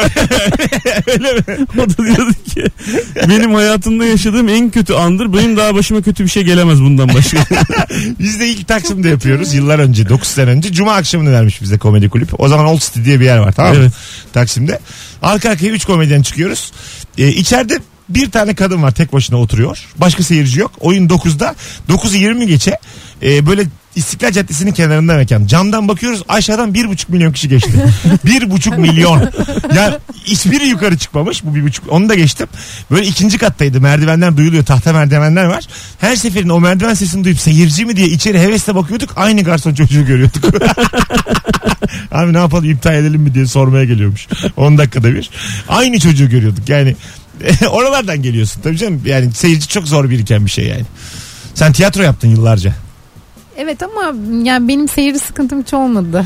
Öyle mi? O da diyordu ki benim hayatımda yaşadığım en kötü andır. Benim daha başıma kötü bir şey gelemez bundan başka. Biz de ilk Taksim'de yapıyoruz yıllar önce, 9 sene önce. Cuma akşamını vermiş bize komedi kulüp. O zaman Old City diye bir yer var, tamam mı? Evet. Taksim'de. Arka arkaya 3 komedyen çıkıyoruz. İçeride bir tane kadın var, tek başına oturuyor. Başka seyirci yok. Oyun 9'da. 9'u 20 geçe. Böyle İstiklal Caddesi'nin kenarında mekan. Camdan bakıyoruz, aşağıdan 1,5 milyon kişi geçti. 1,5 milyon. Ya hiçbiri yukarı çıkmamış. Bu 1,5. Onu da geçtim. Böyle 2. kattaydı. Merdivenler duyuluyor. Tahta merdivenler var. Her seferinde o merdiven sesini duyup seyirci mi diye içeri hevesle bakıyorduk. Aynı garson çocuğu görüyorduk. Abi ne yapalım, iptal edelim mi diye sormaya geliyormuş. 10 dakikada bir. Aynı çocuğu görüyorduk. Yani oralardan geliyorsun tabii canım. Yani seyirci çok zor biriken bir şey yani. Sen tiyatro yaptın yıllarca. Evet ama yani benim seyirci sıkıntım hiç olmadı.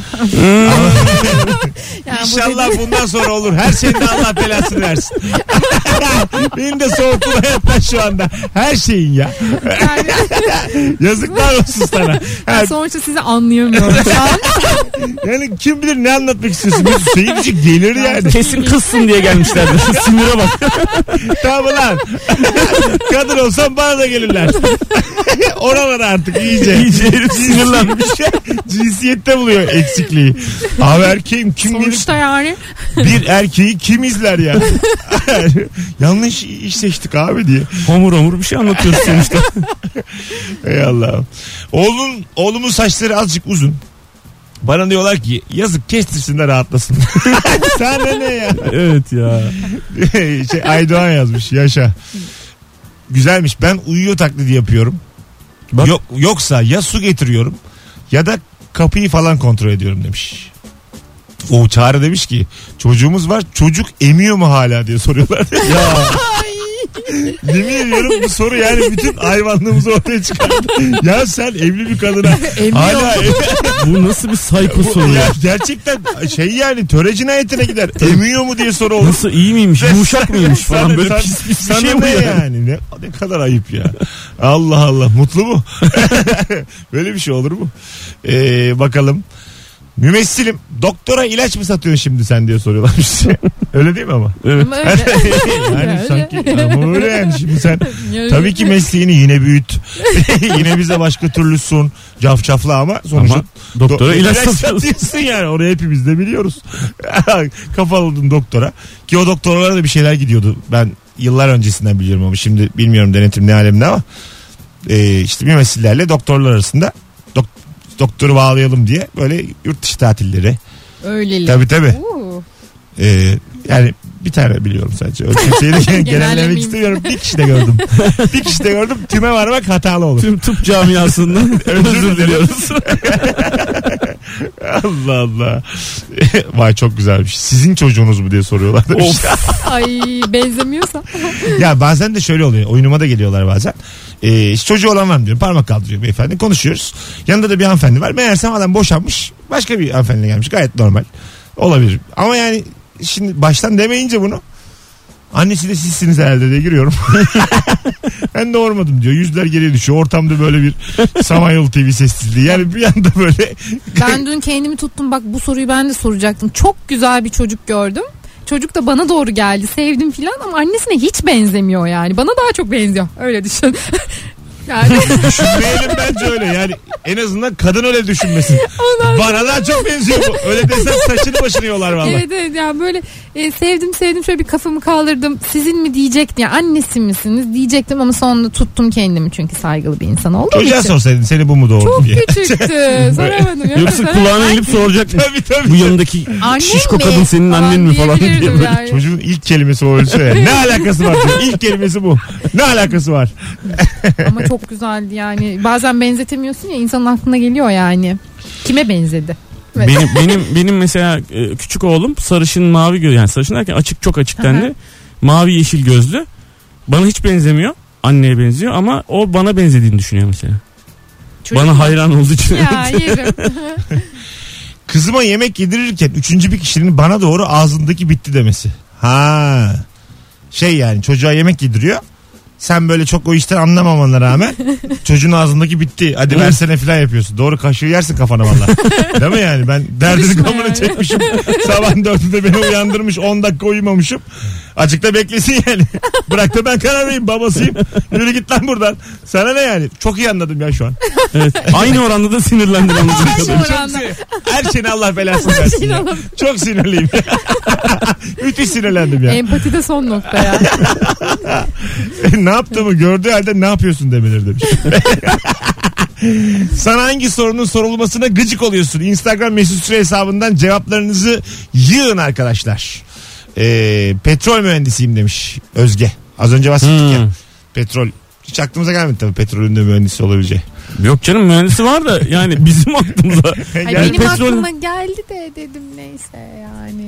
Yani İnşallah bundan sonra olur. Her şeyin de Allah belasını versin. Benim de soğukluğum hayattan şu anda. Her şeyin ya. Yazıklar olsun sana. Ben sonuçta sizi anlayamıyorum şu an. Yani kim bilir ne anlatmak istiyorsun. Bir seyirci gelir yani. Kesin kızsın diye gelmişlerdi. Sinire bak. Tamam lan. Kadın olsam bana da gelirler. Oralara artık iyice. İyice herif sinirlenmiş. Cinsiyette buluyor eksikliği. Abi erkeğim kim Sonuçta yani. bir erkeği kim izler ya? Yanlış iş seçtik abi diye. Homur bir şey anlatıyoruz sonuçta. Ey Allah'ım. Oğlumun saçları azıcık uzun. Bana diyorlar ki yazık kestirsin de rahatlasın. Sana ne ya? Evet ya. Aydoğan yazmış, yaşa. Güzelmiş. Ben uyuyor taklidi yapıyorum. Bak. Yoksa ya su getiriyorum ya da kapıyı falan kontrol ediyorum demiş. O Çağrı demiş ki çocuğumuz var, çocuk emiyor mu hala diye soruyorlar. Ya. Yemin ediyorum bu soru yani bütün hayvanlığımızı ortaya çıkardı. Ya sen evli bir kadına hala bu nasıl bir psycho soru ya? Gerçekten yani töre cinayetine gider. Emiyor mu diye soru olur. Nasıl, iyi miymiş, yumuşak mıymış falan böyle pis bir sana şey bu yani. Ne kadar ayıp ya. Allah Allah, mutlu mu? Böyle bir şey olur mu? Bakalım. Mümessilim, doktora ilaç mı satıyorsun şimdi sen diye soruyorlarmış. Öyle değil mi ama? Evet. Ama öyle. Yani sanki ama öyle yani şimdi sen tabii ki mesleğini yine büyüt. Yine bize başka türlü sun. Cafcafla ama sonuçta doktora ilaç satıyorsun yani. Orayı hepimiz de biliyoruz. Kafaladın doktora. Ki o doktorlara da bir şeyler gidiyordu. Ben yıllar öncesinden biliyorum ama şimdi bilmiyorum denetim ne alemde ama işte mümessillerle doktorlar arasında doktoru bağlayalım diye böyle yurt dışı tatilleri. Öyle. Tabii. Yani bir tane biliyorum sadece. Ölçümseyi genellemek istemiyorum. Bir kişi de gördüm. Tüme varmak hatalı olur. Tüm tıp camiasından özür diliyoruz. Allah Allah. Vay çok güzelmiş. Sizin çocuğunuz mu diye soruyorlar demiş. Ay benzemiyorsa. Ya bazen de şöyle oluyor. Oyunuma da geliyorlar bazen. Çocuğu olan var mı diyorum. Parmak kaldırıyor beyefendi. Konuşuyoruz. Yanında da bir hanımefendi var. Meğersem adam boşanmış. Başka bir hanımefendi gelmiş. Gayet normal. Olabilir. Ama yani şimdi baştan demeyince bunu, annesi de sizsiniz herhalde diye giriyorum. Ben doğurmadım diyor. Yüzler geriye düşüyor. Ortamda böyle bir Samanyolu TV sessizliği. Yani bir anda böyle. Ben dün kendimi tuttum. Bak bu soruyu ben de soracaktım. Çok güzel bir çocuk gördüm. Çocuk da bana doğru geldi. Sevdim filan ama annesine hiç benzemiyor yani. Bana daha çok benziyor. Öyle düşün. Yani. Düşünmeyelim bence öyle yani, en azından kadın öyle düşünmesin. Bana daha çok benziyor bu. Öyle desen saçını başını yolar vallahi. Evet yani böyle sevdim şöyle bir kafamı kaldırdım. Sizin mi diyecektim ya, annesi misiniz diyecektim ama sonra tuttum kendimi çünkü saygılı bir insan olduğum için. Çocuğa sorsaydın seni bu mu doğurdu çok diye. Çok küçüktü. Soramadım ya. Yoksa kulağına eğilip soracak. Tabii. Bu yanındaki annem şişko mi? kadın senin annen mi falan diye böyle. Yani. Çocuğun ilk kelimesi o ölçüyor ya. Ne alakası var? İlk kelimesi bu. Ne alakası var? Ama çok güzeldi yani. Bazen benzetemiyorsun ya, insanın aklına geliyor yani. Kime benzedi? Evet. Benim mesela küçük oğlum sarışın mavi gözlü, yani sarışın derken çok açık tenli, mavi yeşil gözlü. Bana hiç benzemiyor. Anneye benziyor ama o bana benzediğini düşünüyor mesela. Çocuk bana hayran olduğu için. Ya yerim. Kızıma yemek yedirirken üçüncü bir kişinin bana doğru ağzındaki bitti demesi. Yani çocuğa yemek yediriyor. Sen böyle çok o işten anlamamana rağmen çocuğun ağzındaki bitti. Hadi versene falan yapıyorsun. Doğru, kaşığı yersin kafana valla. Değil mi yani? Ben derdini kamını çekmişim. Sabah 4'ünde beni uyandırmış. 10 dakika uyumamışım. Açıkta beklesin yani. Bırak da ben karar vereyim, babasıyım. Yürü git lan buradan. Sana ne yani? Çok iyi anladım ya şu an. Evet. Aynı oranda da sinirlendim. Her şeyin Allah belasını versin ya. Çok sinirliyim. Müthiş sinirlendim ya. Empati de son nokta ya. Ne yaptığımı gördüğü halde ne yapıyorsun demeleri demiş. Sana hangi sorunun sorulmasına gıcık oluyorsun? Instagram Mesut Süre hesabından cevaplarınızı yığın arkadaşlar. Petrol mühendisiyim demiş Özge. Az önce bahsettik ya. Petrol. Hiç aklımıza gelmedi tabii petrolün de mühendisi olabileceği. Yok canım, mühendisi var da yani bizim aklımıza. Ay Yani benim aklıma geldi de dedim neyse yani.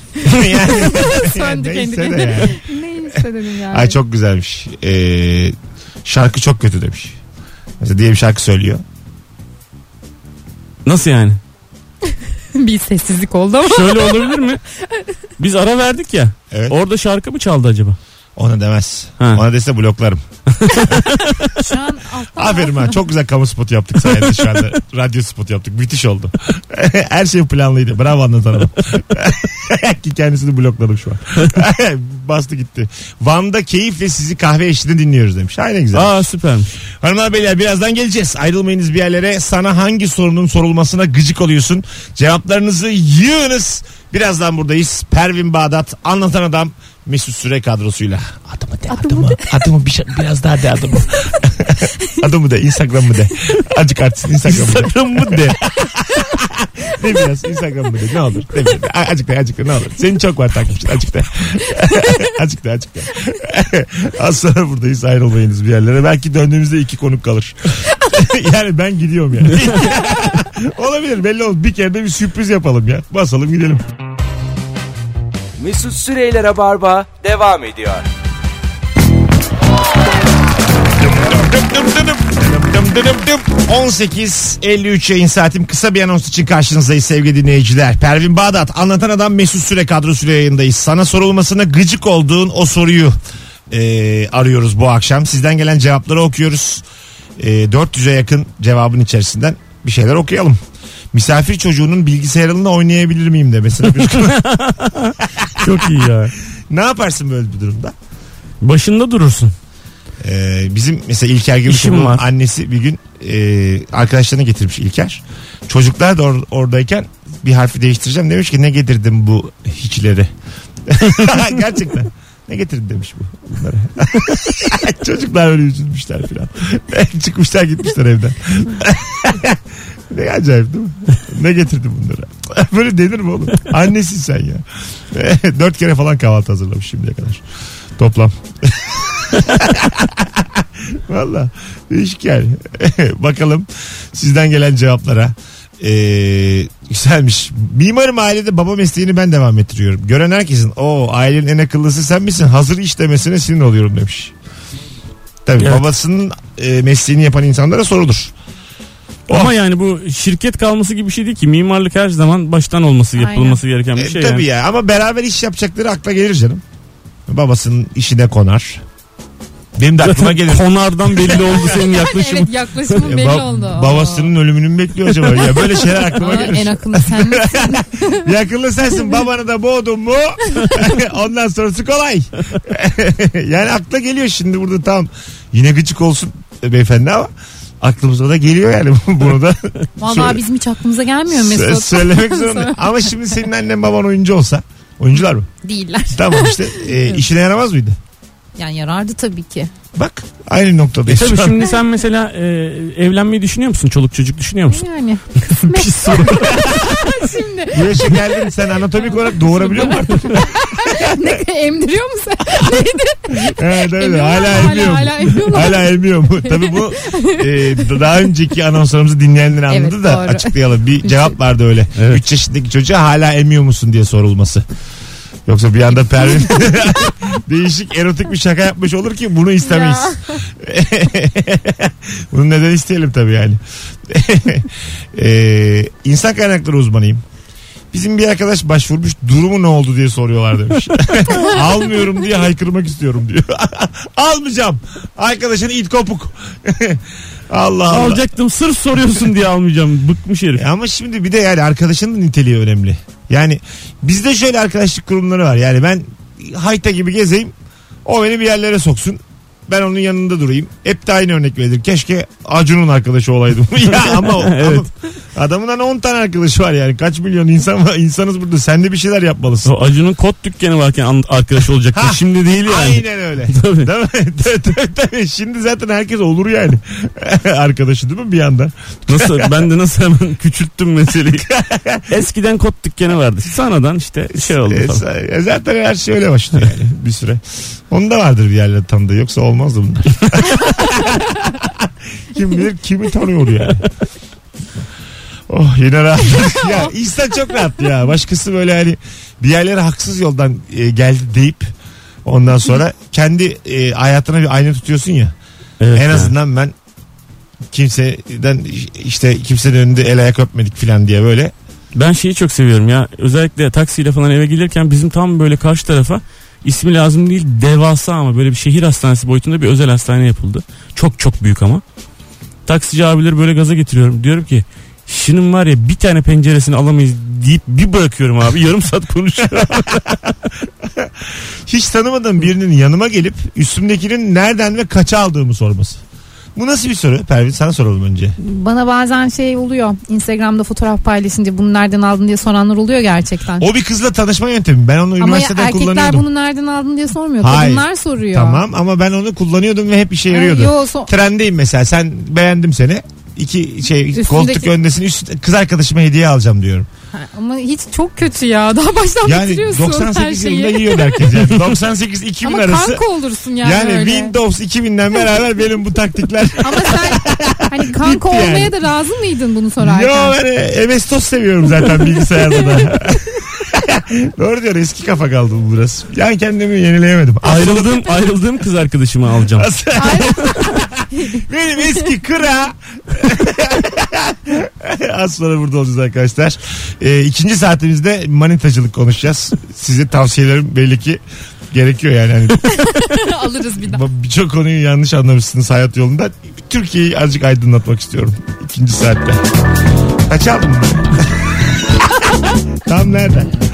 Söndü kendi. Yani. Neyse dedim yani. Ay çok güzelmiş. Şarkı çok kötü demiş. Mesela diye bir şarkı söylüyor. Nasıl yani? Bir sessizlik oldu ama. Şöyle olabilir mi? Biz ara verdik ya. Evet. Orada şarkı mı çaldı acaba? Ona demez. Ha. Ona dese bloklarım. Şu an Aferin ha, çok güzel kamu spotu yaptık sayende şu anda. Radyo spotu yaptık. Müthiş oldu. Her şey planlıydı. Bravo anlatan adam. Ki kendisini blokladım şu an. Bastı gitti. Van'da keyifle sizi kahve eşliğinde dinliyoruz demiş. Aynen güzel. Süpermiş. Hanımlar beyler birazdan geleceğiz. Ayrılmayınız bir yerlere. Sana hangi sorunun sorulmasına gıcık oluyorsun? Cevaplarınızı yığınız. Birazdan buradayız. Pervin Bağdat, Anlatan Adam, Mesut Süre kadrosuyla. Adımı biraz daha de adımı. Adımı de, Instagram'ı de. Acık artsın Instagram'ı de. De biraz Instagram'da de ne olur. De biraz. Azıcık da ne olur. Senin çok var takipçin azıcık da. Azıcık da. Az sonra buradayız, ayrılmayınız bir yerlere. Belki döndüğümüzde 2 konuk kalır. Yani ben gidiyorum yani. Olabilir, belli olmaz. Bir kere de bir sürpriz yapalım ya. Basalım gidelim. Mesut Süreyler'e barba devam ediyor. 18.53 yayın saatim. Kısa bir anons için karşınızdayız sevgili dinleyiciler. Pervin Bağdat, Anlatan Adam, Mesut Süre kadrosuyla yayındayız. Sana sorulmasına gıcık olduğun o soruyu arıyoruz bu akşam. Sizden gelen cevapları okuyoruz. 400'e yakın cevabın içerisinden bir şeyler okuyalım. Misafir çocuğunun bilgisayarını oynayabilir miyim de mesela. Çok iyi ya. Ne yaparsın böyle bir durumda? Başında durursun. Bizim mesela İlker Gümüşoğlu'nun annesi bir gün arkadaşlarına getirmiş İlker. Çocuklar da oradayken bir harfi değiştireceğim demiş ki ne getirdim bu hiçleri. Gerçekten. Ne getirdin demiş bu bunlara. Çocuklar öyle üzülmüşler filan. Çıkmışlar gitmişler evden. Ne acayip değil mi? Ne getirdin bunlara? Böyle denir mi oğlum? Annesin sen ya. 4 kere falan kahvaltı hazırlamış şimdiye kadar. Toplam. Valla değişik yani. Bakalım sizden gelen cevaplara. Güzelmiş. Mimarım, ailede baba mesleğini ben devam ettiriyorum. Gören herkesin o ailenin en akıllısı sen misin? Hazır iş demesine sinir oluyorum demiş. Tabii evet. Babasının mesleğini yapan insanlara sorulur. Ama yani bu şirket kalması gibi bir şey değil ki. Mimarlık her zaman baştan olması, yapılması gereken bir şey. Tabii yani. ya, ama beraber iş yapacakları akla gelir canım. Babasının işine konar. Benim de aklıma gelir. Konardan belli oldu senin yaklaşımın. Evet, yaklaşımın belli oldu. Babasının ölümünü mü bekliyor acaba? Ya böyle şeyler aklıma gelir. En akıllı sen misin? Bir akıllı sensin, babanı da boğdun mu? Ondan sonrası kolay. Yani akla geliyor şimdi burada, tam yine gıcık olsun beyefendi ama aklımıza da geliyor yani bunu da. Vallahi bizim hiç aklımıza gelmiyor Mesut. Söylemek zorunda. Ama şimdi senin annen baban oyuncu olsa, oyuncular mı? Değiller. Tamam işte işine yaramaz mıydı? Yani yarardı tabii ki. Bak aynı noktadayız. Tabii şimdi sen mesela evlenmeyi düşünüyor musun? Çoluk çocuk düşünüyor musun? Yani. Pis soru. Şimdi. Bu yaşa geldin, sen anatomik olarak doğurabiliyor musun artık? Emdiriyor musun? Evet öyle. Hala emiyor mu? Tabii bu daha önceki anonslarımızı dinleyenler anladı evet, da doğru. Açıklayalım. Bir cevap vardı öyle. Evet. 3 yaşındaki çocuğa hala emiyor musun diye sorulması. Yoksa bir anda Pervin değişik erotik bir şaka yapmış olur ki bunu istemeyiz. Bunu neden isteyelim tabii yani. İnsan kaynakları uzmanıyım. Bizim bir arkadaş başvurmuş, durumu ne oldu diye soruyorlar demiş. Almıyorum diye haykırmak istiyorum diyor. Almayacağım. Arkadaşın it kopuk. Allah Allah. Alacaktım, sırf soruyorsun diye almayacağım. Bıkmış herif. Ama şimdi bir de yani arkadaşının niteliği önemli. Yani bizde şöyle arkadaşlık kurumları var. Yani ben hayta gibi gezeyim, o beni bir yerlere soksun, ben onun yanında durayım. Hep de aynı örnek verilir. Keşke Acun'un arkadaşı olaydım. Ya ama, evet. Ama adamın hani 10 tane arkadaşı var yani. Kaç milyon insan var, insanız burada. Sen de bir şeyler yapmalısın. O Acun'un kot dükkanı varken arkadaş olacaktı. Şimdi değil yani. Aynen öyle. Tabii. Değil mi? Tabii. Şimdi zaten herkes olur yani. Arkadaşı değil mi bir yandan? Nasıl? Ben de nasıl hemen küçülttüm meseleyi. Eskiden kot dükkanı vardı. Sonradan işte şey oldu. Zaten her şey öyle başlıyor yani bir süre. Onun da vardır bir yerlerde tanıdığı. Yoksa olmazdı bunlar. Kim bilir kimi tanıyor yani. Oh yine rahat. Ya insan çok rahat ya. Başkası böyle hani bir yerlere haksız yoldan geldi deyip ondan sonra kendi hayatına bir ayna tutuyorsun ya. Evet, en azından ben kimseden işte kimsenin önünde el ayak öpmedik falan diye böyle. Ben şeyi çok seviyorum ya. Özellikle taksiyle falan eve gelirken bizim tam böyle karşı tarafa, İsmi lazım değil, devasa ama böyle bir şehir hastanesi boyutunda bir özel hastane yapıldı. Çok çok büyük ama. Taksici abileri böyle gaza getiriyorum. Diyorum ki şunun var ya bir tane penceresini alamayız deyip bir bırakıyorum abi. Yarım saat konuşuyorum. Hiç tanımadığım birinin yanıma gelip üstümdekinin nereden ve kaça aldığımı sorması. Bu nasıl bir soru? Pervin sana soralım önce. Bana bazen şey oluyor. Instagram'da fotoğraf paylaşınca bunu nereden aldın diye soranlar oluyor gerçekten. O bir kızla tanışma yöntemi. Ben onu üniversiteden kullanıyordum. Ama erkekler bunu nereden aldın diye sormuyor. Hayır. Kadınlar soruyor. Tamam ama ben onu kullanıyordum ve hep işe yarıyordu. Trendeyim mesela. Sen, beğendim seni. koltuk öndesin, üst kız arkadaşıma hediye alacağım diyorum. Ama hiç çok kötü ya. Daha baştan yani bitiriyorsun her 98 şeyi. yılında yiyor herkes yani. 98-2000 ama arası. Ama kanka olursun yani öyle. Windows 2000'den beraber benim bu taktikler. Ama sen hani kanka yani. olmaya da razı mıydın bunu sorarken? Yo ben MS-DOS seviyorum zaten bilgisayarda da. Doğru diyor, eski kafa kaldı bu biraz. Yani kendimi yenileyemedim. Ayrıldığım kız arkadaşımı alacağım. Benim eski kıra. Az sonra burada olacağız arkadaşlar. İkinci saatimizde manitacılık konuşacağız. Size tavsiyelerim belli ki gerekiyor yani. Hani alırız bir daha. Birçok konuyu yanlış anlamışsınız hayat yolunda. Türkiye'yi azıcık aydınlatmak istiyorum. İkinci saatte. Kaç aldın? Tam nereden?